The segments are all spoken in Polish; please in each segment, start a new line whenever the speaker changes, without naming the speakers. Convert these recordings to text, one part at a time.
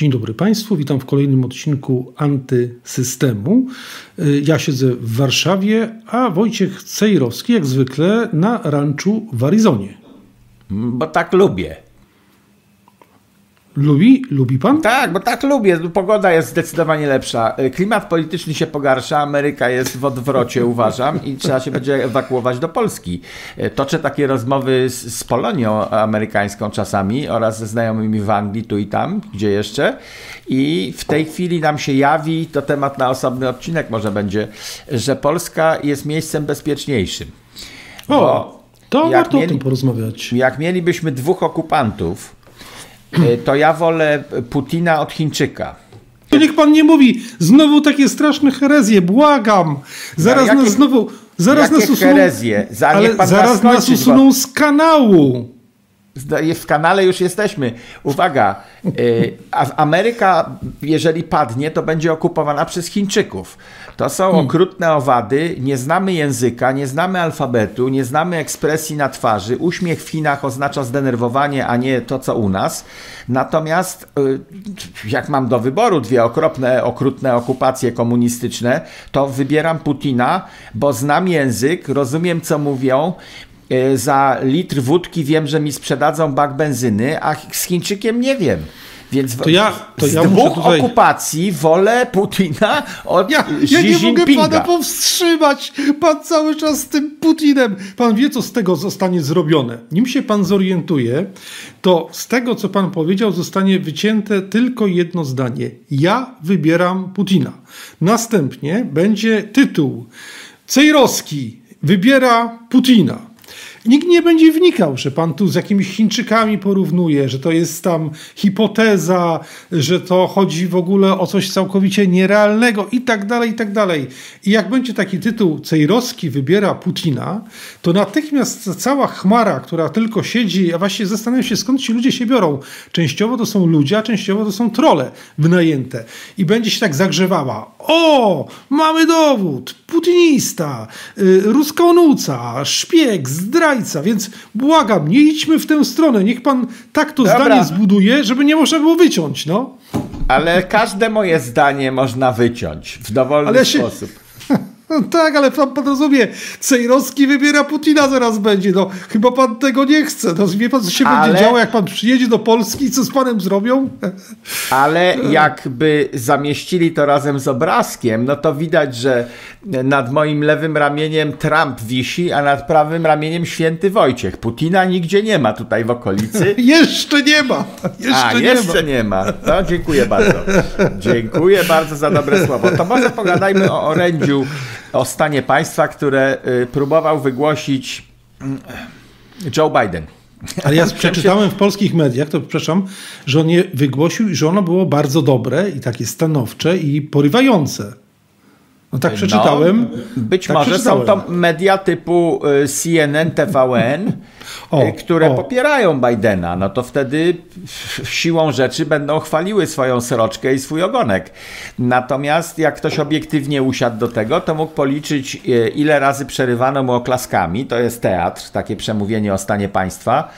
Dzień dobry Państwu, witam w kolejnym odcinku Antysystemu. Ja siedzę w Warszawie, a Wojciech Cejrowski jak zwykle na ranczu w Arizonie.
Bo tak lubię.
Lubi pan?
Tak, bo tak lubię. Pogoda jest zdecydowanie lepsza. Klimat polityczny się pogarsza, Ameryka jest w odwrocie, uważam, i trzeba się będzie ewakuować do Polski. Toczę takie rozmowy z Polonią amerykańską czasami oraz ze znajomymi w Anglii, tu i tam, gdzie jeszcze. I w tej chwili nam się jawi, to temat na osobny odcinek może będzie, że Polska jest miejscem bezpieczniejszym.
To warto o tym porozmawiać.
Jak mielibyśmy dwóch okupantów, to ja wolę Putina od Chińczyka.
To niech pan nie mówi, znowu takie straszne herezje, błagam. Zaraz nas usuną z kanału.
W kanale już jesteśmy. Uwaga, Ameryka, jeżeli padnie, to będzie okupowana przez Chińczyków. To są okrutne owady, nie znamy języka, nie znamy alfabetu, nie znamy ekspresji na twarzy. Uśmiech w Chinach oznacza zdenerwowanie, a nie to, co u nas. Natomiast jak mam do wyboru dwie okrutne okupacje komunistyczne, to wybieram Putina, bo znam język, rozumiem, co mówią. Za litr wódki wiem, że mi sprzedadzą bak benzyny, a z Chińczykiem nie wiem. Więc z dwóch okupacji wolę Putina od Xi
Ja nie mogę
Jinpinga.
pana powstrzymać. Pan cały czas z tym Putinem. Pan wie, co z tego zostanie zrobione. Nim się pan zorientuje, to z tego, co pan powiedział, zostanie wycięte tylko jedno zdanie. Ja wybieram Putina. Następnie będzie tytuł. Cejrowski wybiera Putina. Nikt nie będzie wnikał, że pan tu z jakimiś Chińczykami porównuje, że to jest tam hipoteza, że to chodzi w ogóle o coś całkowicie nierealnego i tak dalej, i tak dalej. I jak będzie taki tytuł Cejrowski wybiera Putina, to natychmiast cała chmara, która tylko siedzi, a właściwie zastanawiam się, skąd ci ludzie się biorą. Częściowo to są ludzie, a częściowo to są trolle wynajęte. I będzie się tak zagrzewała. O, mamy dowód, putinista, ruskonuca, szpieg, zdrajca, więc błagam, nie idźmy w tę stronę. Niech pan tak to zdanie zbuduje, żeby nie można było wyciąć, no.
Ale każde moje zdanie można wyciąć w dowolny sposób.
No tak, ale pan rozumie, Cejrowski wybiera Putina zaraz będzie, no chyba pan tego nie chce, no wie pan, co się będzie działo, jak pan przyjedzie do Polski, co z panem zrobią?
Ale jakby zamieścili to razem z obrazkiem, no to widać, że nad moim lewym ramieniem Trump wisi, a nad prawym ramieniem święty Wojciech. Putina nigdzie nie ma tutaj w okolicy.
Jeszcze nie ma.
Jeszcze nie ma. No, dziękuję bardzo. Dziękuję bardzo za dobre słowo. To może pogadajmy o orędziu, o stanie państwa, które próbował wygłosić Joe Biden.
Ale ja przeczytałem w polskich mediach, to przepraszam, że on je wygłosił i że ono było bardzo dobre i takie stanowcze i porywające. No tak przeczytałem.
Być może są to media typu CNN, TVN, które popierają Bidena. No to wtedy siłą rzeczy będą chwaliły swoją sroczkę i swój ogonek. Natomiast jak ktoś obiektywnie usiadł do tego, to mógł policzyć, ile razy przerywano mu oklaskami. To jest teatr, takie przemówienie o stanie państwa.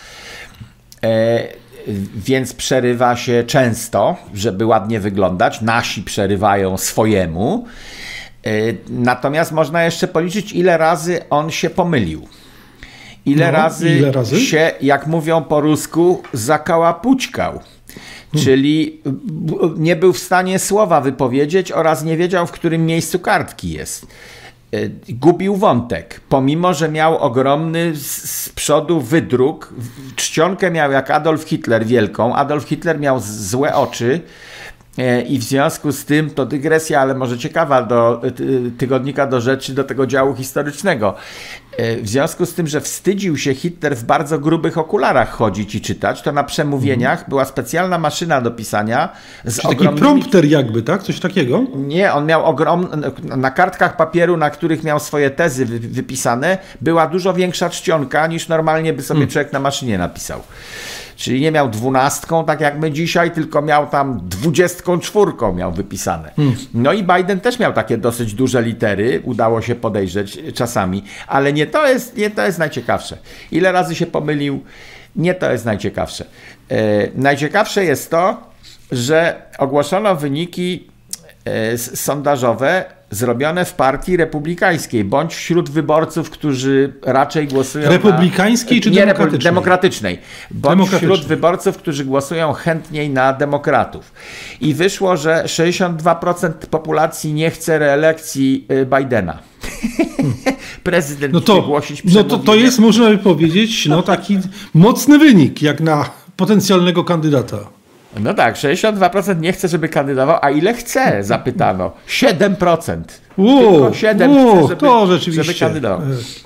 Więc przerywa się często, żeby ładnie wyglądać. Nasi przerywają swojemu. Natomiast można jeszcze policzyć, ile razy on się pomylił. Ile razy się, jak mówią po rusku, zakałapućkał. Czyli nie był w stanie słowa wypowiedzieć oraz nie wiedział, w którym miejscu kartki jest. Gubił wątek, pomimo że miał ogromny z przodu wydruk. Czcionkę miał jak Adolf Hitler wielką. Adolf Hitler miał złe oczy. I w związku z tym, to dygresja, ale może ciekawa, do tygodnika Do Rzeczy, do tego działu historycznego. W związku z tym, że wstydził się Hitler w bardzo grubych okularach chodzić i czytać, to na przemówieniach była specjalna maszyna do pisania z ogromnymi...
Taki prompter jakby, tak? Coś takiego?
Nie, on miał na kartkach papieru, na których miał swoje tezy wypisane, była dużo większa czcionka, niż normalnie by sobie człowiek na maszynie napisał. Czyli nie miał 12, tak jak my dzisiaj, tylko miał tam 24 miał wypisane. No i Biden też miał takie dosyć duże litery, udało się podejrzeć czasami, ale nie to jest najciekawsze. Ile razy się pomylił, nie to jest najciekawsze. Najciekawsze jest to, że ogłoszono wyniki sondażowe zrobione w partii republikańskiej, bądź wśród wyborców, którzy raczej głosują
republikańskiej czy demokratycznej?
Demokratycznej. Bądź wśród wyborców, którzy głosują chętniej na demokratów. I wyszło, że 62% populacji nie chce reelekcji Bidena. Prezydent chce głosić przemówienie.
To jest, można by powiedzieć, taki mocny wynik, jak na potencjalnego kandydata.
No tak, 62% nie chce, żeby kandydował, a ile chce? Zapytano. 7%. Tylko 7% chce, żeby kandydował.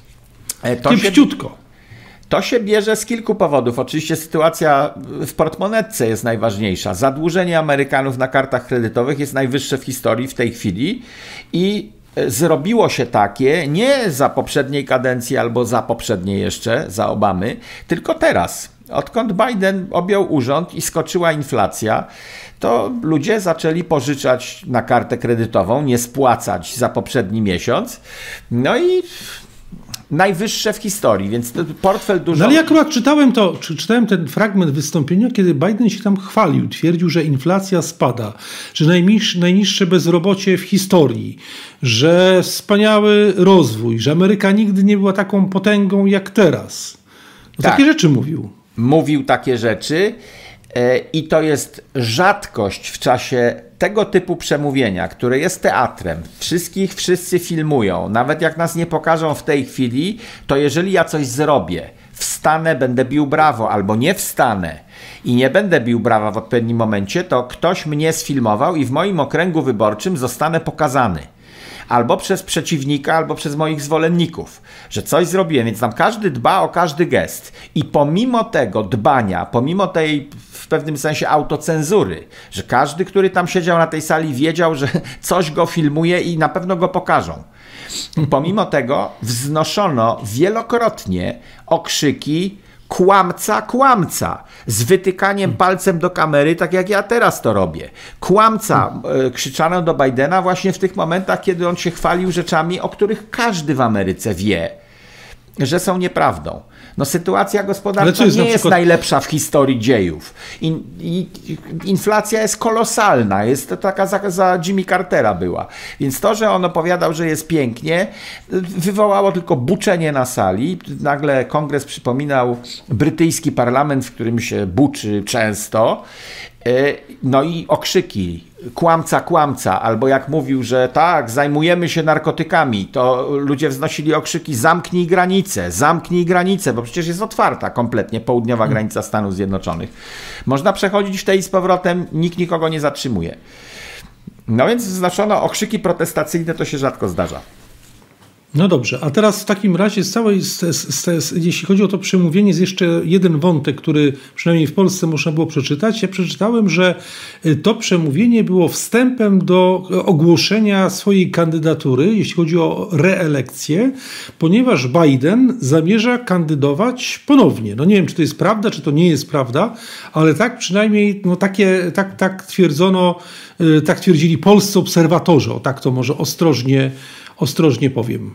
To się bierze z kilku powodów. Oczywiście sytuacja w portmonetce jest najważniejsza. Zadłużenie Amerykanów na kartach kredytowych jest najwyższe w historii w tej chwili i zrobiło się takie nie za poprzedniej kadencji albo za poprzedniej jeszcze, za Obamy, tylko teraz. Odkąd Biden objął urząd i skoczyła inflacja, to ludzie zaczęli pożyczać na kartę kredytową, nie spłacać za poprzedni miesiąc. No i najwyższe w historii, więc portfel dużo...
No ale ja akurat czytałem ten fragment wystąpienia, kiedy Biden się tam chwalił, twierdził, że inflacja spada, że najniższe bezrobocie w historii, że wspaniały rozwój, że Ameryka nigdy nie była taką potęgą jak teraz.
Tak.
Takie rzeczy mówił.
Mówił takie rzeczy i to jest rzadkość w czasie tego typu przemówienia, które jest teatrem. Wszyscy filmują. Nawet jak nas nie pokażą w tej chwili, to jeżeli ja coś zrobię, wstanę, będę bił brawo, albo nie wstanę i nie będę bił brawa w odpowiednim momencie, to ktoś mnie sfilmował i w moim okręgu wyborczym zostanę pokazany. Albo przez przeciwnika, albo przez moich zwolenników, że coś zrobiłem, więc tam każdy dba o każdy gest. I pomimo tego dbania, pomimo tej w pewnym sensie autocenzury, że każdy, który tam siedział na tej sali, wiedział, że coś go filmuje i na pewno go pokażą. Pomimo tego wznoszono wielokrotnie okrzyki kłamca, kłamca, z wytykaniem palcem do kamery, tak jak ja teraz to robię. Kłamca, krzyczano do Bidena właśnie w tych momentach, kiedy on się chwalił rzeczami, o których każdy w Ameryce wie, że są nieprawdą. No sytuacja gospodarcza nie jest najlepsza w historii dziejów. Inflacja jest kolosalna, jest to taka za Jimmy Cartera była. Więc to, że on opowiadał, że jest pięknie, wywołało tylko buczenie na sali. Nagle kongres przypominał brytyjski parlament, w którym się buczy często. No i okrzyki, kłamca, kłamca, albo jak mówił, że tak, zajmujemy się narkotykami, to ludzie wznosili okrzyki, zamknij granicę, bo przecież jest otwarta kompletnie południowa granica Stanów Zjednoczonych. Można przechodzić w tej z powrotem, nikt nikogo nie zatrzymuje. No więc wznoszono okrzyki protestacyjne, to się rzadko zdarza.
No dobrze, a teraz w takim razie jeśli chodzi o to przemówienie, jest jeszcze jeden wątek, który przynajmniej w Polsce można było przeczytać. Ja przeczytałem, że to przemówienie było wstępem do ogłoszenia swojej kandydatury, jeśli chodzi o reelekcję, ponieważ Biden zamierza kandydować ponownie. No nie wiem, czy to jest prawda, czy to nie jest prawda, ale tak przynajmniej tak twierdzono, tak twierdzili polscy obserwatorzy, o tak to może ostrożnie powiem.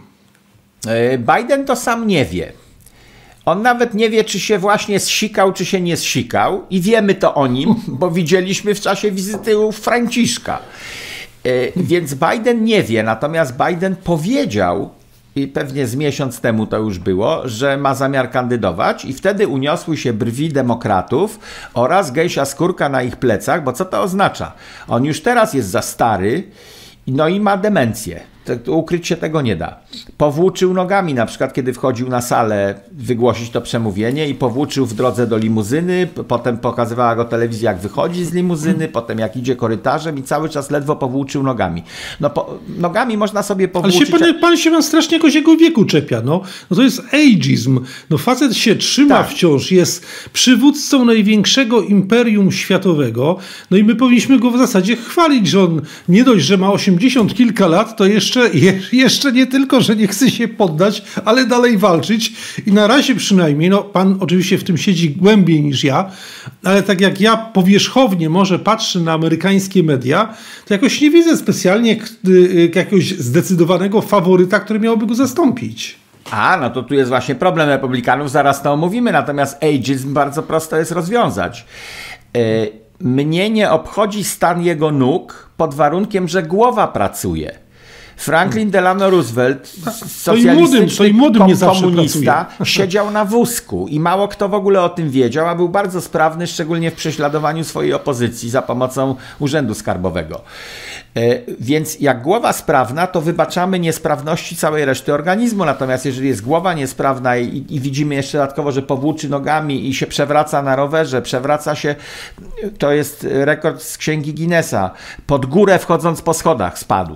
Biden to sam nie wie. On nawet nie wie, czy się właśnie zsikał, czy się nie zsikał. I wiemy to o nim, bo widzieliśmy w czasie wizyty u Franciszka. Więc Biden nie wie. Natomiast Biden powiedział, i pewnie z miesiąc temu to już było, że ma zamiar kandydować i wtedy uniosły się brwi demokratów oraz gęsia skórka na ich plecach, bo co to oznacza? On już teraz jest za stary, no i ma demencję. Ukryć się tego nie da. Powłóczył nogami, na przykład kiedy wchodził na salę wygłosić to przemówienie i powłóczył w drodze do limuzyny, potem pokazywała go telewizja, jak wychodzi z limuzyny, potem jak idzie korytarzem i cały czas ledwo powłóczył nogami. Nogami można sobie powłóczyć...
Ale pan się strasznie jakoś jego wieku czepia. No to jest ageizm. No facet się trzyma wciąż, jest przywódcą największego imperium światowego, no i my powinniśmy go w zasadzie chwalić, że on nie dość, że ma 80 kilka lat, to jeszcze nie tylko, że nie chce się poddać, ale dalej walczyć i na razie przynajmniej, no pan oczywiście w tym siedzi głębiej niż ja, ale tak jak ja powierzchownie może patrzę na amerykańskie media, to jakoś nie widzę specjalnie jakiegoś zdecydowanego faworyta, który miałby go zastąpić.
No to tu jest właśnie problem republikanów, zaraz to omówimy, natomiast ageizm bardzo prosto jest rozwiązać. mnie nie obchodzi stan jego nóg pod warunkiem, że głowa pracuje. Franklin Delano Roosevelt, socjalistyczny komunista, siedział na wózku i mało kto w ogóle o tym wiedział, a był bardzo sprawny, szczególnie w prześladowaniu swojej opozycji za pomocą Urzędu Skarbowego. Więc jak głowa sprawna, to wybaczamy niesprawności całej reszty organizmu, natomiast jeżeli jest głowa niesprawna i widzimy jeszcze dodatkowo, że powłóczy nogami i się przewraca na rowerze, przewraca się, to jest rekord z Księgi Guinnessa, pod górę wchodząc po schodach spadł.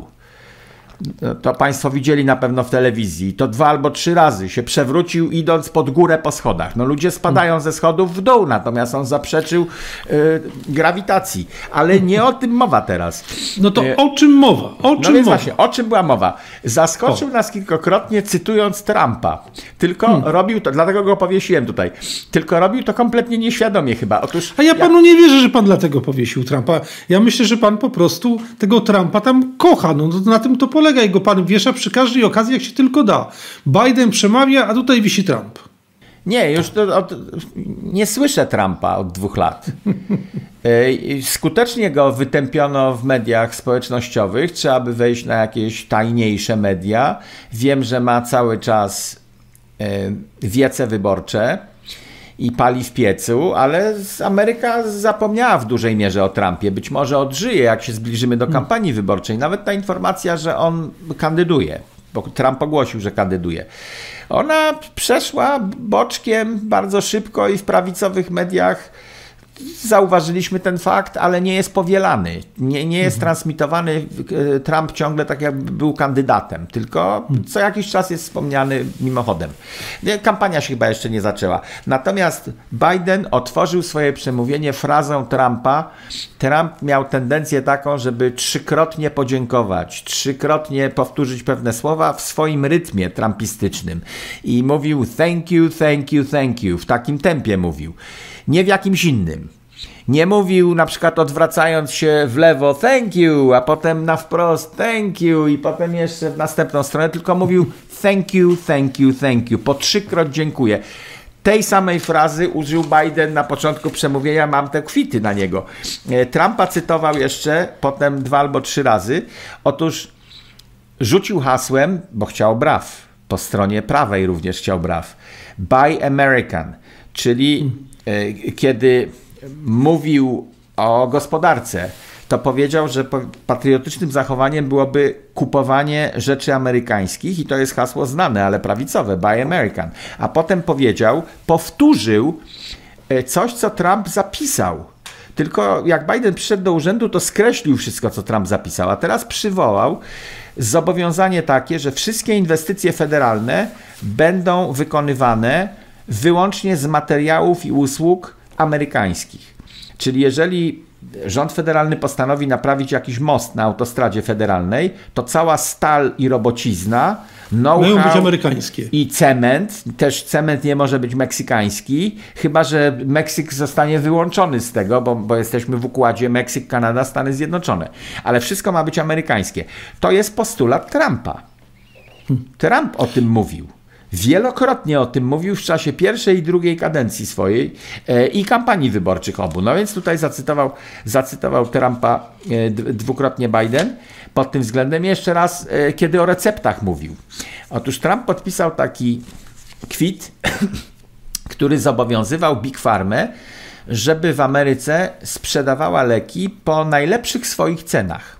To Państwo widzieli na pewno w telewizji. To 2 albo 3 razy się przewrócił, idąc pod górę po schodach. No ludzie spadają ze schodów w dół, natomiast on zaprzeczył grawitacji. Ale nie o tym mowa teraz.
No to o czym mowa?
Właśnie, o czym była mowa? Zaskoczył nas kilkakrotnie, cytując Trumpa. Tylko robił to, dlatego go powiesiłem tutaj, tylko robił to kompletnie nieświadomie chyba. Otóż
ja panu nie wierzę, że pan dlatego powiesił Trumpa. Ja myślę, że pan po prostu tego Trumpa tam kocha. No na tym to polega. I go pan wiesza przy każdej okazji, jak się tylko da. Biden przemawia, a tutaj wisi Trump.
Nie, już nie słyszę Trumpa od 2 lat. Skutecznie go wytępiono w mediach społecznościowych. Trzeba by wejść na jakieś tajniejsze media. Wiem, że ma cały czas wiece wyborcze i pali w piecu, ale Ameryka zapomniała w dużej mierze o Trumpie. Być może odżyje, jak się zbliżymy do kampanii wyborczej. Nawet ta informacja, że on kandyduje, bo Trump ogłosił, że kandyduje. Ona przeszła boczkiem bardzo szybko i w prawicowych mediach zauważyliśmy ten fakt, ale nie jest powielany. Nie jest transmitowany Trump ciągle tak, jakby był kandydatem, tylko co jakiś czas jest wspomniany mimochodem. Kampania się chyba jeszcze nie zaczęła. Natomiast Biden otworzył swoje przemówienie frazą Trumpa. Trump miał tendencję taką, żeby 3-krotnie podziękować, 3-krotnie powtórzyć pewne słowa w swoim rytmie trumpistycznym. I mówił thank you, thank you, thank you. W takim tempie mówił. Nie w jakimś innym. Nie mówił na przykład odwracając się w lewo thank you, a potem na wprost thank you i potem jeszcze w następną stronę, tylko mówił thank you, thank you, thank you. Po 3-krotnie dziękuję. Tej samej frazy użył Biden na początku przemówienia, mam te kwity na niego. Trumpa cytował jeszcze potem 2 albo 3 razy. Otóż rzucił hasłem, bo chciał braw, po stronie prawej również chciał braw. Buy American, czyli kiedy mówił o gospodarce, to powiedział, że patriotycznym zachowaniem byłoby kupowanie rzeczy amerykańskich i to jest hasło znane, ale prawicowe, Buy American. A potem powtórzył coś, co Trump zapisał. Tylko jak Biden przyszedł do urzędu, to skreślił wszystko, co Trump zapisał, a teraz przywołał zobowiązanie takie, że wszystkie inwestycje federalne będą wykonywane wyłącznie z materiałów i usług amerykańskich. Czyli jeżeli rząd federalny postanowi naprawić jakiś most na autostradzie federalnej, to cała stal i robocizna, know-how
być amerykańskie.
I cement, też cement nie może być meksykański, chyba że Meksyk zostanie wyłączony z tego, bo jesteśmy w układzie Meksyk, Kanada, Stany Zjednoczone. Ale wszystko ma być amerykańskie. To jest postulat Trumpa. Trump o tym mówił. Wielokrotnie o tym mówił w czasie pierwszej i drugiej kadencji swojej i kampanii wyborczych obu. No więc tutaj zacytował Trumpa 2-krotnie Biden pod tym względem. Jeszcze raz, kiedy o receptach mówił. Otóż Trump podpisał taki kwit, który zobowiązywał Big Pharmę, żeby w Ameryce sprzedawała leki po najlepszych swoich cenach.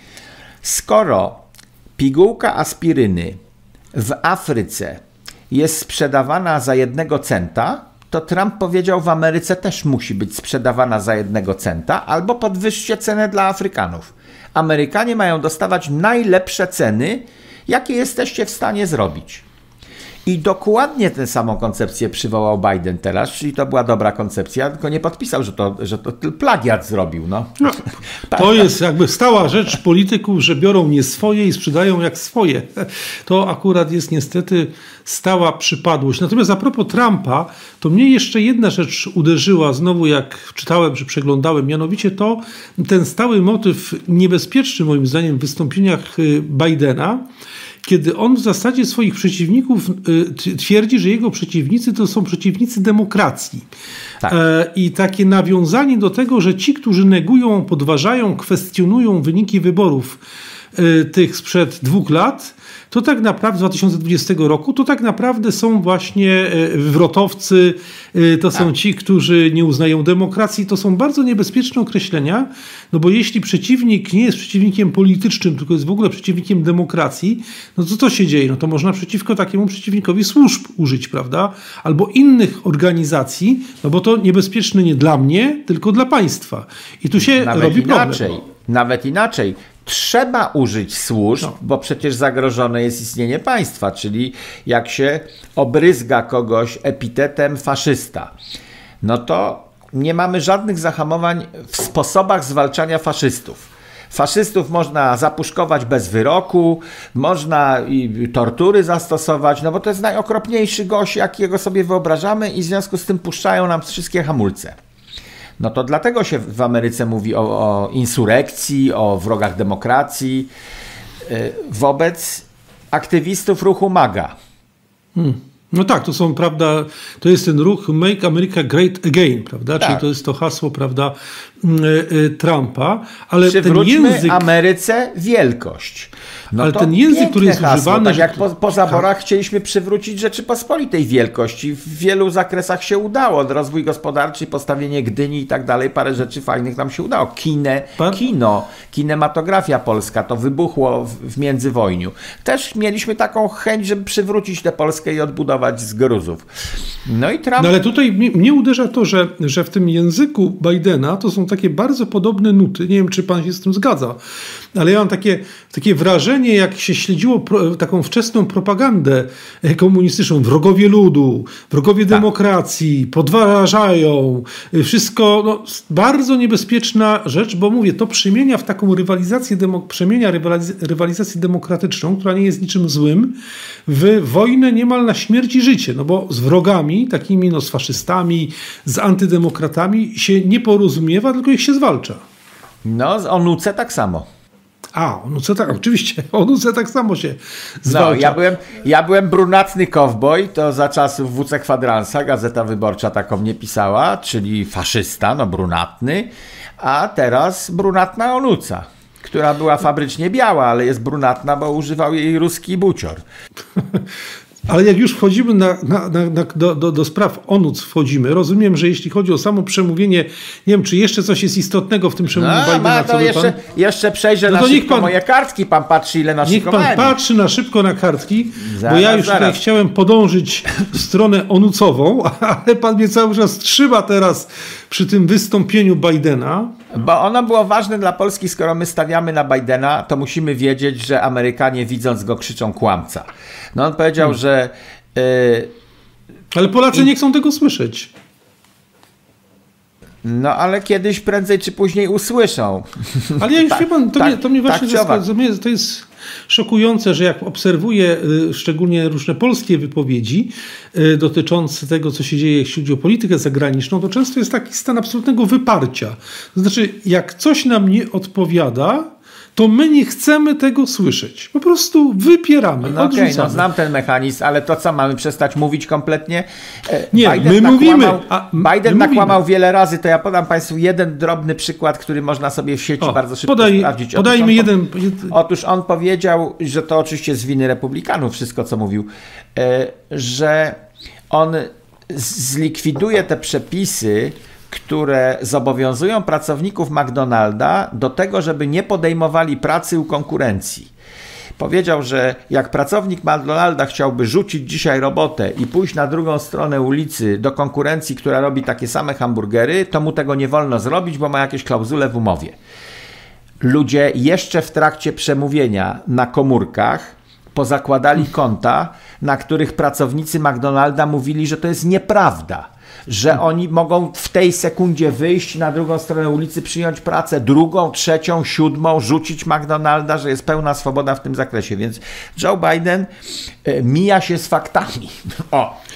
Skoro pigułka aspiryny w Afryce jest sprzedawana za 1 centa, to Trump powiedział, w Ameryce też musi być sprzedawana za 1 centa, albo podwyższcie cenę dla Afrykanów. Amerykanie mają dostawać najlepsze ceny, jakie jesteście w stanie zrobić. I dokładnie tę samą koncepcję przywołał Biden teraz, czyli to była dobra koncepcja, tylko nie podpisał, że to plagiat zrobił. No.
To jest jakby stała rzecz polityków, że biorą nie swoje i sprzedają jak swoje. To akurat jest niestety stała przypadłość. Natomiast a propos Trumpa, to mnie jeszcze jedna rzecz uderzyła znowu, jak czytałem czy przeglądałem, mianowicie ten stały motyw niebezpieczny moim zdaniem w wystąpieniach Bidena, kiedy on w zasadzie swoich przeciwników twierdzi, że jego przeciwnicy to są przeciwnicy demokracji. Tak. I takie nawiązanie do tego, że ci, którzy negują, podważają, kwestionują wyniki wyborów tych sprzed 2 lat, to tak naprawdę z 2020 roku, to tak naprawdę są właśnie wywrotowcy, to są ci, którzy nie uznają demokracji. To są bardzo niebezpieczne określenia, no bo jeśli przeciwnik nie jest przeciwnikiem politycznym, tylko jest w ogóle przeciwnikiem demokracji, no to co się dzieje? No to można przeciwko takiemu przeciwnikowi służb użyć, prawda? Albo innych organizacji, no bo to niebezpieczne nie dla mnie, tylko dla państwa. I tu się robi problem.
Nawet inaczej. Trzeba użyć służb, bo przecież zagrożone jest istnienie państwa, czyli jak się obryzga kogoś epitetem faszysta, no to nie mamy żadnych zahamowań w sposobach zwalczania faszystów. Faszystów można zapuszkować bez wyroku, można i tortury zastosować, no bo to jest najokropniejszy gość, jakiego sobie wyobrażamy i w związku z tym puszczają nam wszystkie hamulce. No to dlatego się w Ameryce mówi o insurekcji, o wrogach demokracji wobec aktywistów ruchu MAGA.
No tak, to są, prawda, to jest ten ruch Make America Great Again, prawda?
Tak.
Czyli to jest to hasło, prawda, Trumpa, ale
przywróćmy
ten język...
Ameryce wielkość. No
ale ten język, który jest
hasło,
używany...
Tak jak po zaborach chcieliśmy przywrócić Rzeczypospolitej wielkość i w wielu zakresach się udało. Rozwój gospodarczy, postawienie Gdyni i tak dalej, parę rzeczy fajnych nam się udało. Kinematografia polska, to wybuchło w międzywojniu. Też mieliśmy taką chęć, żeby przywrócić tę Polskę i odbudować z gruzów. No i Trump...
No ale tutaj mnie uderza to, że w tym języku Bidena to są takie bardzo podobne nuty. Nie wiem, czy pan się z tym zgadza, ale ja mam takie wrażenie, jak się śledziło taką wczesną propagandę komunistyczną. Wrogowie ludu, wrogowie demokracji, podważają. Wszystko, no, bardzo niebezpieczna rzecz, bo mówię, to przemienia w taką rywalizację demokratyczną, która nie jest niczym złym, w wojnę niemal na śmierć i życie. No bo z wrogami, takimi no, z faszystami, z antydemokratami się nie porozumiewa, tylko ich się zwalcza.
No, z ONUCE tak samo.
ONUCE tak, oczywiście, ONUCE tak samo się zwalcza.
No, ja byłem brunatny kowboj, to za czasów WC Kwadransa, Gazeta Wyborcza tak o mnie pisała, czyli faszysta, no brunatny, a teraz brunatna ONUCA, która była fabrycznie biała, ale jest brunatna, bo używał jej ruski bucior.
Ale jak już wchodzimy do spraw ONUC wchodzimy, rozumiem, że jeśli chodzi o samo przemówienie, nie wiem, czy jeszcze coś jest istotnego w tym przemówieniu Bidena.
To jeszcze przejrzę na szybko moje kartki, pan patrzy, ile naszykowałem.
Niech pan patrzy na szybko na kartki, bo ja już tutaj chciałem podążyć w stronę onucową, ale pan mnie cały czas trzyma teraz przy tym wystąpieniu Bidena.
Bo ono było ważne dla Polski, skoro my stawiamy na Bidena, to musimy wiedzieć, że Amerykanie widząc go krzyczą kłamca. No on powiedział, że...
Ale Polacy nie chcą tego słyszeć.
No ale kiedyś prędzej czy później usłyszą.
Ale ja już wie pan, to mnie właśnie to jest szokujące, że jak obserwuję szczególnie różne polskie wypowiedzi dotyczące tego, co się dzieje, jeśli chodzi o politykę zagraniczną, to często jest taki stan absolutnego wyparcia. To znaczy, jak coś nam nie odpowiada, to my nie chcemy tego słyszeć. Po prostu wypieramy, odrzucamy.
No znam ten mechanizm, ale to co, mamy przestać mówić kompletnie?
Nie,
Biden Biden nakłamał wiele razy, to ja podam państwu jeden drobny przykład, który można sobie w sieci bardzo szybko sprawdzić.
Podajmy jeden.
Otóż on powiedział, że to oczywiście z winy republikanów wszystko, co mówił, że on zlikwiduje te przepisy, które zobowiązują pracowników McDonalda do tego, żeby nie podejmowali pracy u konkurencji. Powiedział, że jak pracownik McDonalda chciałby rzucić dzisiaj robotę i pójść na drugą stronę ulicy do konkurencji, która robi takie same hamburgery, to mu tego nie wolno zrobić, bo ma jakieś klauzule w umowie. Ludzie jeszcze w trakcie przemówienia na komórkach pozakładali konta, na których pracownicy McDonalda mówili, że to jest nieprawda, że oni mogą w tej sekundzie wyjść na drugą stronę ulicy, przyjąć pracę, drugą, trzecią, siódmą, rzucić McDonalda, że jest pełna swoboda w tym zakresie. Więc Joe Biden mija się z faktami.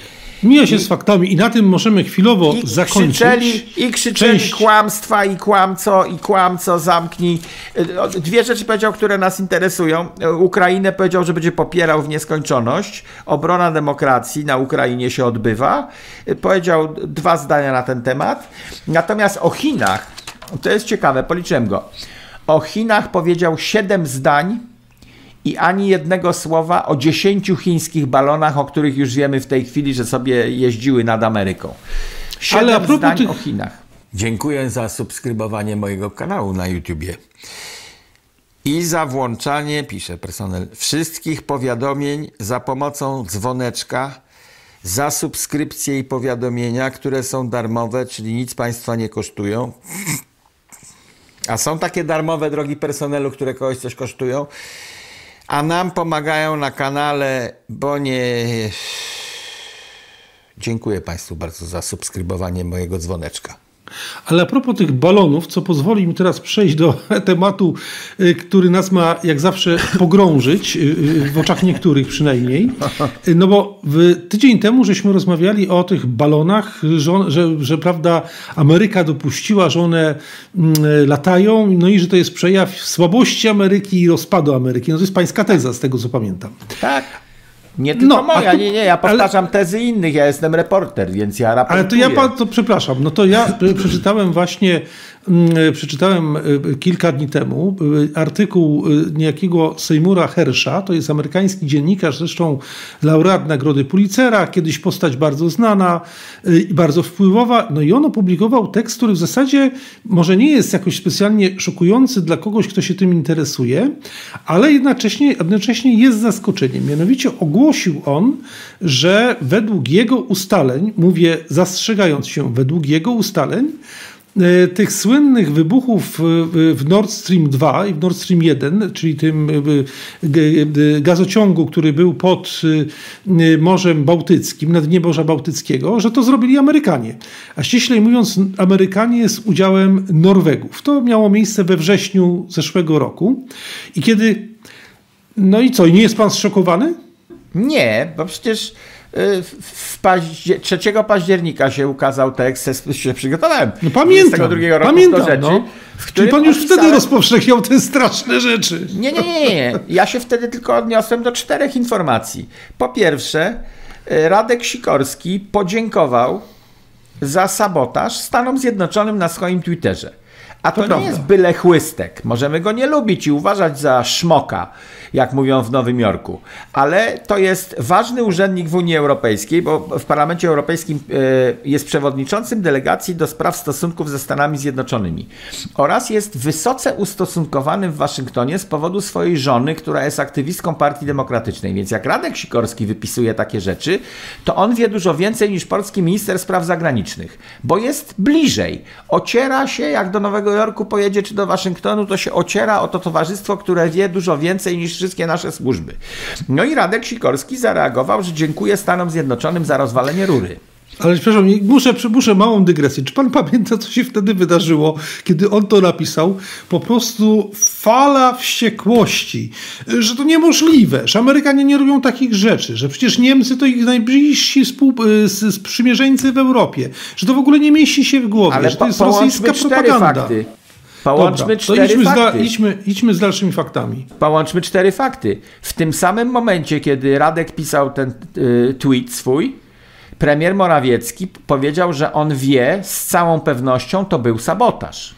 Mija się z faktami i na tym możemy chwilowo zakończyć.
Krzyczeli kłamco, zamknij. Dwie rzeczy powiedział, które nas interesują. Ukrainę powiedział, że będzie popierał w nieskończoność. Obrona demokracji na Ukrainie się odbywa. Powiedział 2 zdania na ten temat. Natomiast o Chinach, to jest ciekawe, policzyłem go. O Chinach powiedział 7 zdań i ani jednego słowa o 10 chińskich balonach, o których już wiemy w tej chwili, że sobie jeździły nad Ameryką. 7 zdań o Chinach.
Dziękuję za subskrybowanie mojego kanału na YouTubie i za włączanie, pisze personel, wszystkich powiadomień za pomocą dzwoneczka, za subskrypcje i powiadomienia, które są darmowe, czyli nic Państwa nie kosztują. A są takie darmowe, drogi personelu, które kogoś coś kosztują, a nam pomagają na kanale, bo nie... Dziękuję Państwu bardzo za subskrybowanie mojego dzwoneczka.
Ale a propos tych balonów, co pozwoli mi teraz przejść do tematu, który nas ma jak zawsze pogrążyć, w oczach niektórych przynajmniej. No bo tydzień temu żeśmy rozmawiali o tych balonach, że prawda, Ameryka dopuściła, że one latają, no i że to jest przejaw słabości Ameryki i rozpadu Ameryki. No to jest pańska teza, z tego co pamiętam.
Tak. Nie tylko moja, ja powtarzam tezy innych, ja jestem reporter, więc ja raportuję.
Ale to przepraszam, no to ja przeczytałem kilka dni temu artykuł niejakiego Seymoura Hersha, to jest amerykański dziennikarz, zresztą laureat Nagrody Pulitzera, kiedyś postać bardzo znana i bardzo wpływowa, no i on opublikował tekst, który w zasadzie może nie jest jakoś specjalnie szokujący dla kogoś, kto się tym interesuje, ale jednocześnie jest zaskoczeniem. Mianowicie ogłosił on, że według jego ustaleń, mówię zastrzegając się, według jego ustaleń, tych słynnych wybuchów w Nord Stream 2 i w Nord Stream 1, czyli tym gazociągu, który był pod Morzem Bałtyckim, na dnie Morza Bałtyckiego, że to zrobili Amerykanie. A ściślej mówiąc, Amerykanie z udziałem Norwegów. To miało miejsce we wrześniu zeszłego roku. I kiedy... No i co, i nie jest pan zszokowany?
Nie, bo przecież 3 października się ukazał tekst, się przygotowałem.
No pamiętam,
z tego drugiego roku
pamiętam,
do rzeczy,
no.
w którym
Czyli pan już wtedy rozpowszechniał te straszne rzeczy.
Nie. Ja się wtedy tylko odniosłem do 4 informacji. Po pierwsze, Radek Sikorski podziękował za sabotaż Stanom Zjednoczonym na swoim Twitterze. A to nie jest byle chłystek. Możemy go nie lubić i uważać za szmoka, jak mówią w Nowym Jorku. Ale to jest ważny urzędnik w Unii Europejskiej, bo w Parlamencie Europejskim jest przewodniczącym delegacji do spraw stosunków ze Stanami Zjednoczonymi. Oraz jest wysoce ustosunkowanym w Waszyngtonie z powodu swojej żony, która jest aktywistką Partii Demokratycznej. Więc jak Radek Sikorski wypisuje takie rzeczy, to on wie dużo więcej niż polski minister spraw zagranicznych. Bo jest bliżej. Ociera się, jak do Nowego Jorku pojedzie, czy do Waszyngtonu, to się ociera o to towarzystwo, które wie dużo więcej niż wszystkie nasze służby. No i Radek Sikorski zareagował, że dziękuję Stanom Zjednoczonym za rozwalenie rury.
Ale przepraszam, muszę małą dygresję. Czy pan pamięta, co się wtedy wydarzyło, kiedy on to napisał? Po prostu fala wściekłości, że to niemożliwe, że Amerykanie nie robią takich rzeczy, że przecież Niemcy to ich najbliżsi sprzymierzeńcy w Europie, że to w ogóle nie mieści się w głowie,
ale
że to jest rosyjska propaganda.
Fakty. Połączmy 4 fakty.
Idźmy z dalszymi faktami.
Połączmy 4 fakty. W tym samym momencie, kiedy Radek pisał ten tweet swój, premier Morawiecki powiedział, że on wie, z całą pewnością to był sabotaż.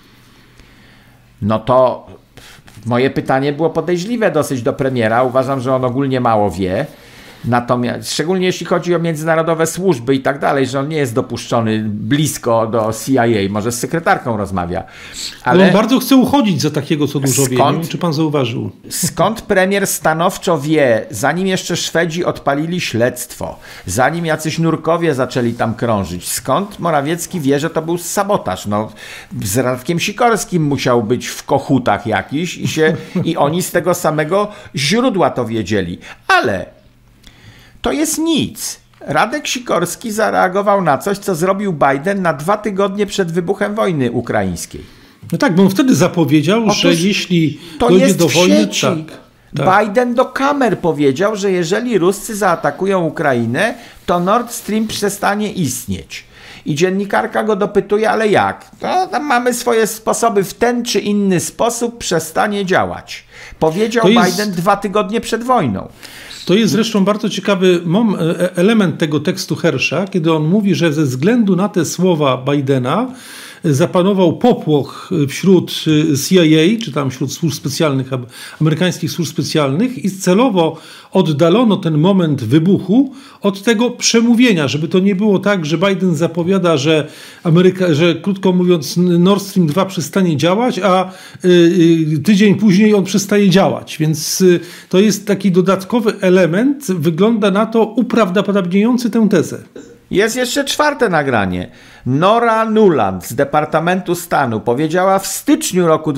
No to moje pytanie było podejrzliwe dosyć do premiera. Uważam, że on ogólnie mało wie. Natomiast szczególnie jeśli chodzi o międzynarodowe służby i tak dalej, że on nie jest dopuszczony blisko do CIA, może z sekretarką rozmawia. Ale
on bardzo chce uchodzić za takiego, co dużo wie. Nie wiem, czy pan zauważył.
Skąd premier stanowczo wie, zanim jeszcze Szwedzi odpalili śledztwo, zanim jacyś nurkowie zaczęli tam krążyć, skąd Morawiecki wie, że to był sabotaż? No, z Radkiem Sikorskim musiał być w kochutach jakiś i oni z tego samego źródła to wiedzieli. Ale to jest nic. Radek Sikorski zareagował na coś, co zrobił Biden na 2 tygodnie przed wybuchem wojny ukraińskiej.
No tak, bo on wtedy zapowiedział, że jeśli dojdzie do wojny, tak.
Tak. Biden do kamer powiedział, że jeżeli Ruscy zaatakują Ukrainę, to Nord Stream przestanie istnieć. I dziennikarka go dopytuje, ale jak? To tam mamy swoje sposoby, w ten czy inny sposób przestanie działać. Powiedział Biden 2 tygodnie przed wojną.
To jest zresztą bardzo ciekawy element tego tekstu Herscha, kiedy on mówi, że ze względu na te słowa Bidena zapanował popłoch wśród CIA, czy tam wśród służb specjalnych, amerykańskich służb specjalnych i celowo oddalono ten moment wybuchu od tego przemówienia, żeby to nie było tak, że Biden zapowiada, że krótko mówiąc Nord Stream 2 przestanie działać, a tydzień później on przestaje działać. Więc to jest taki dodatkowy element, wygląda na to uprawdopodobniający tę tezę.
Jest jeszcze 4. nagranie. Nora Nuland z Departamentu Stanu powiedziała w styczniu roku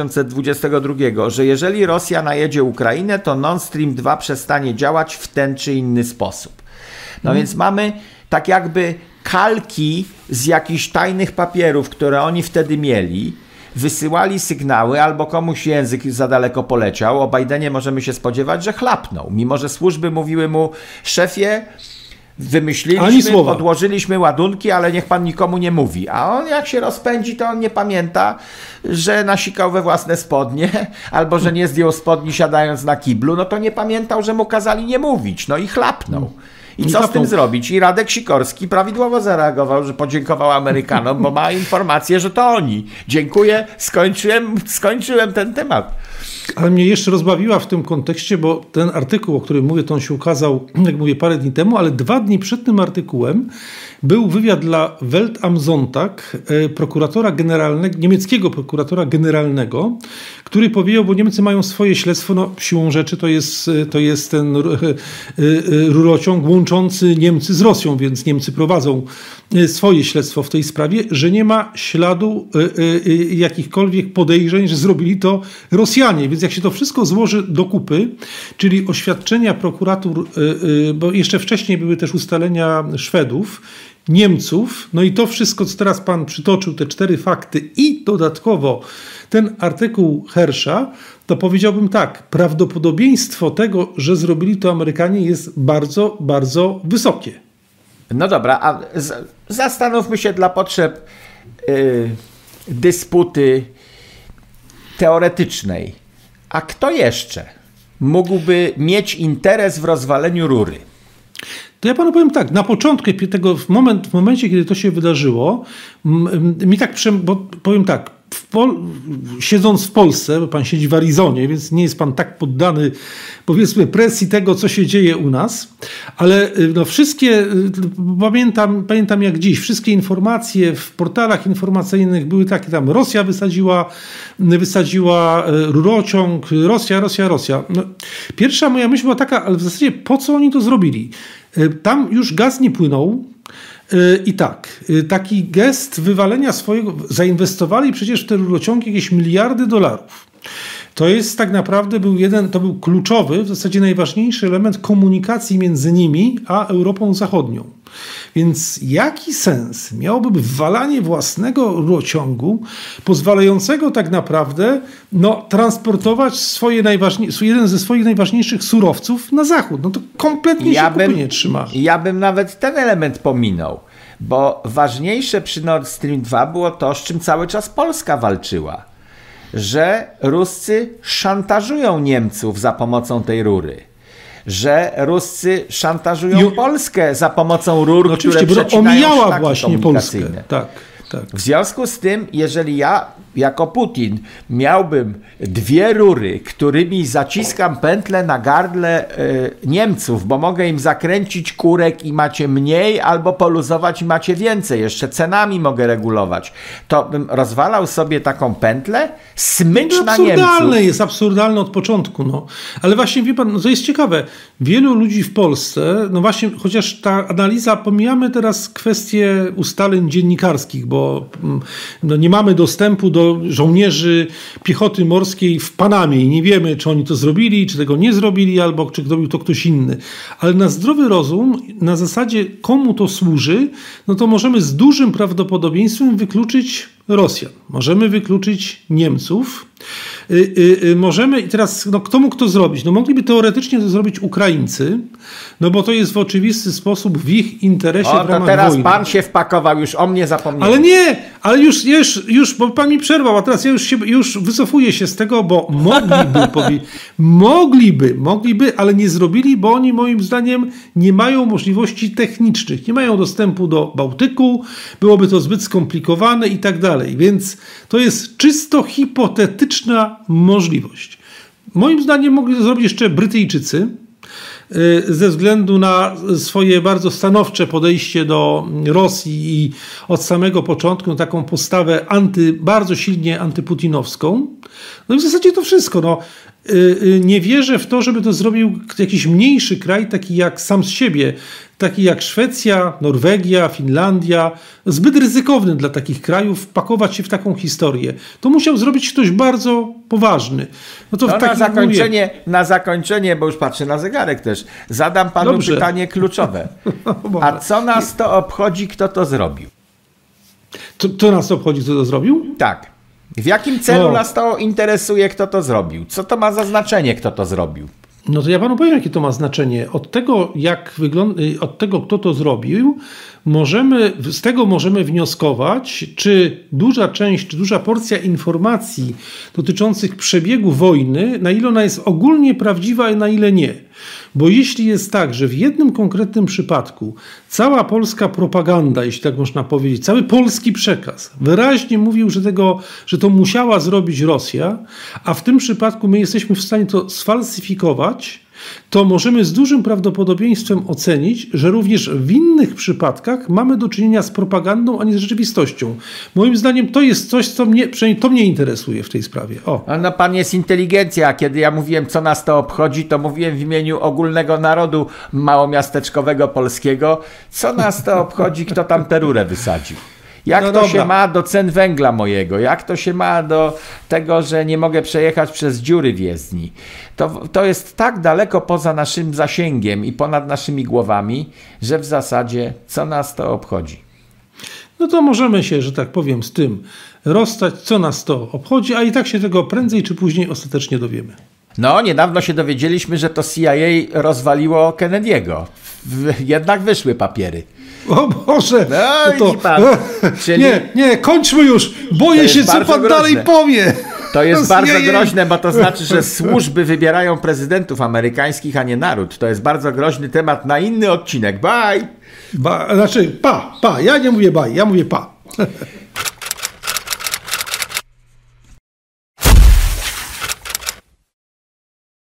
2022, że jeżeli Rosja najedzie Ukrainę, to Nord Stream 2 przestanie działać w ten czy inny sposób. No więc mamy tak jakby kalki z jakichś tajnych papierów, które oni wtedy mieli, wysyłali sygnały, albo komuś język za daleko poleciał. O Bidenie możemy się spodziewać, że chlapnął, mimo że służby mówiły mu: szefie, wymyśliliśmy, odłożyliśmy ładunki, ale niech pan nikomu nie mówi. A on jak się rozpędzi, to on nie pamięta, że nasikał we własne spodnie, albo że nie zdjął spodni siadając na kiblu, no to nie pamiętał, że mu kazali nie mówić. No i chlapnął. I co z tym zrobić? I Radek Sikorski prawidłowo zareagował, że podziękował Amerykanom, bo ma informację, że to oni. Dziękuję, skończyłem ten temat.
Ale mnie jeszcze rozbawiła w tym kontekście, bo ten artykuł, o którym mówię, to on się ukazał, jak mówię, parę dni temu, ale 2 dni przed tym artykułem był wywiad dla Welt am Sonntag prokuratora generalnego, niemieckiego prokuratora generalnego, który powiedział, bo Niemcy mają swoje śledztwo, no siłą rzeczy to jest ten rurociąg łączący Niemcy z Rosją, więc Niemcy prowadzą swoje śledztwo w tej sprawie, że nie ma śladu jakichkolwiek podejrzeń, że zrobili to Rosjanie. Więc jak się to wszystko złoży do kupy, czyli oświadczenia prokuratur, bo jeszcze wcześniej były też ustalenia Szwedów, Niemców, no i to wszystko, co teraz pan przytoczył, te 4 fakty i dodatkowo ten artykuł Herscha, to powiedziałbym tak, prawdopodobieństwo tego, że zrobili to Amerykanie, jest bardzo, bardzo wysokie.
No dobra, a zastanówmy się dla potrzeb dysputy teoretycznej. A kto jeszcze mógłby mieć interes w rozwaleniu rury?
To ja panu powiem tak, na początku tego, w momencie, kiedy to się wydarzyło, mi tak, bo powiem tak, siedząc w Polsce, bo pan siedzi w Arizonie, więc nie jest pan tak poddany, powiedzmy, presji tego, co się dzieje u nas, ale no wszystkie, pamiętam jak dziś, wszystkie informacje w portalach informacyjnych były takie, tam Rosja wysadziła rurociąg, Rosja. No, pierwsza moja myśl była taka, ale w zasadzie po co oni to zrobili? Tam już gaz nie płynął. I tak, taki gest wywalenia swojego, zainwestowali przecież w te rurociągi jakieś miliardy dolarów. To jest tak naprawdę to był kluczowy, w zasadzie najważniejszy element komunikacji między nimi a Europą Zachodnią. Więc jaki sens miałoby wywalanie własnego rurociągu, pozwalającego tak naprawdę transportować jeden ze swoich najważniejszych surowców na zachód? No to kompletnie się kupy nie trzyma.
Ja bym nawet ten element pominął, bo ważniejsze przy Nord Stream 2 było to, z czym cały czas Polska walczyła, że Ruscy szantażują Niemców za pomocą tej rury. Że Ruscy szantażują Polskę za pomocą rur, które przecinają szlaki właśnie komunikacyjne.
Tak.
W związku z tym, jeżeli ja jako Putin miałbym 2 rury, którymi zaciskam pętlę na gardle Niemców, bo mogę im zakręcić kurek i macie mniej, albo poluzować i macie więcej, jeszcze cenami mogę regulować, to bym rozwalał sobie taką pętlę, smycz na Niemców.
Jest absurdalne od początku. No. Ale właśnie, wie pan, to jest ciekawe. Wielu ludzi w Polsce, no właśnie, chociaż ta analiza, pomijamy teraz kwestie ustaleń dziennikarskich, bo nie mamy dostępu do żołnierzy piechoty morskiej w Panamie i nie wiemy, czy oni to zrobili, czy tego nie zrobili, albo czy zrobił to ktoś inny. Ale na zdrowy rozum, na zasadzie komu to służy, no to możemy z dużym prawdopodobieństwem wykluczyć Rosjan, możemy wykluczyć Niemców, możemy, i teraz kto mógł to zrobić? Mogliby teoretycznie to zrobić Ukraińcy, bo to jest w oczywisty sposób w ich interesie w ramach
to teraz
wojny.
pan się wpakował, już o mnie zapomniał.
Ale nie, ale już bo pan mi przerwał, a teraz ja już wycofuję się z tego, bo mogliby, ale nie zrobili, bo oni moim zdaniem nie mają możliwości technicznych, nie mają dostępu do Bałtyku, byłoby to zbyt skomplikowane i tak dalej, więc to jest czysto hipotetyczna możliwość. Moim zdaniem mogli to zrobić jeszcze Brytyjczycy, ze względu na swoje bardzo stanowcze podejście do Rosji i od samego początku taką postawę bardzo silnie antyputinowską. I w zasadzie to wszystko. Nie wierzę w to, żeby to zrobił jakiś mniejszy kraj, taki jak sam z siebie, taki jak Szwecja, Norwegia, Finlandia. Zbyt ryzykowny dla takich krajów wpakować się w taką historię. To musiał zrobić ktoś bardzo poważny.
Na zakończenie, bo już patrzę na zegarek też, zadam panu pytanie kluczowe. A co nas to obchodzi, kto to zrobił?
To nas obchodzi, kto to zrobił?
Tak. W jakim celu nas to interesuje, kto to zrobił? Co to ma za znaczenie, kto to zrobił?
To ja panu powiem, jakie to ma znaczenie. Od tego, kto to zrobił, z tego możemy wnioskować, czy duża porcja informacji dotyczących przebiegu wojny, na ile ona jest ogólnie prawdziwa, a na ile nie. Bo jeśli jest tak, że w jednym konkretnym przypadku cała polska propaganda, jeśli tak można powiedzieć, cały polski przekaz wyraźnie mówił, że to musiała zrobić Rosja, a w tym przypadku my jesteśmy w stanie to sfalsyfikować, to możemy z dużym prawdopodobieństwem ocenić, że również w innych przypadkach mamy do czynienia z propagandą, a nie z rzeczywistością. Moim zdaniem to jest coś, przynajmniej to mnie interesuje w tej sprawie.
Pan jest inteligencja, a kiedy ja mówiłem, co nas to obchodzi, to mówiłem w imieniu ogólnego narodu małomiasteczkowego polskiego, co nas to obchodzi, kto tam tę rurę wysadził. Jak to się ma do cen węgla mojego? Jak to się ma do tego, że nie mogę przejechać przez dziury w jezdni? To jest tak daleko poza naszym zasięgiem i ponad naszymi głowami, że w zasadzie co nas to obchodzi?
To możemy się, że tak powiem, z tym rozstać, co nas to obchodzi, a i tak się tego prędzej czy później ostatecznie dowiemy.
Niedawno się dowiedzieliśmy, że to CIA rozwaliło Kennedy'ego. Jednak wyszły papiery.
O Boże!
Widzi pan.
Czyli... Nie, kończmy już! Boję się, co pan dalej powie!
To jest bardzo groźne, bo to znaczy, że służby wybierają prezydentów amerykańskich, a nie naród. To jest bardzo groźny temat na inny odcinek. Bye!
Ja nie mówię bye, ja mówię pa.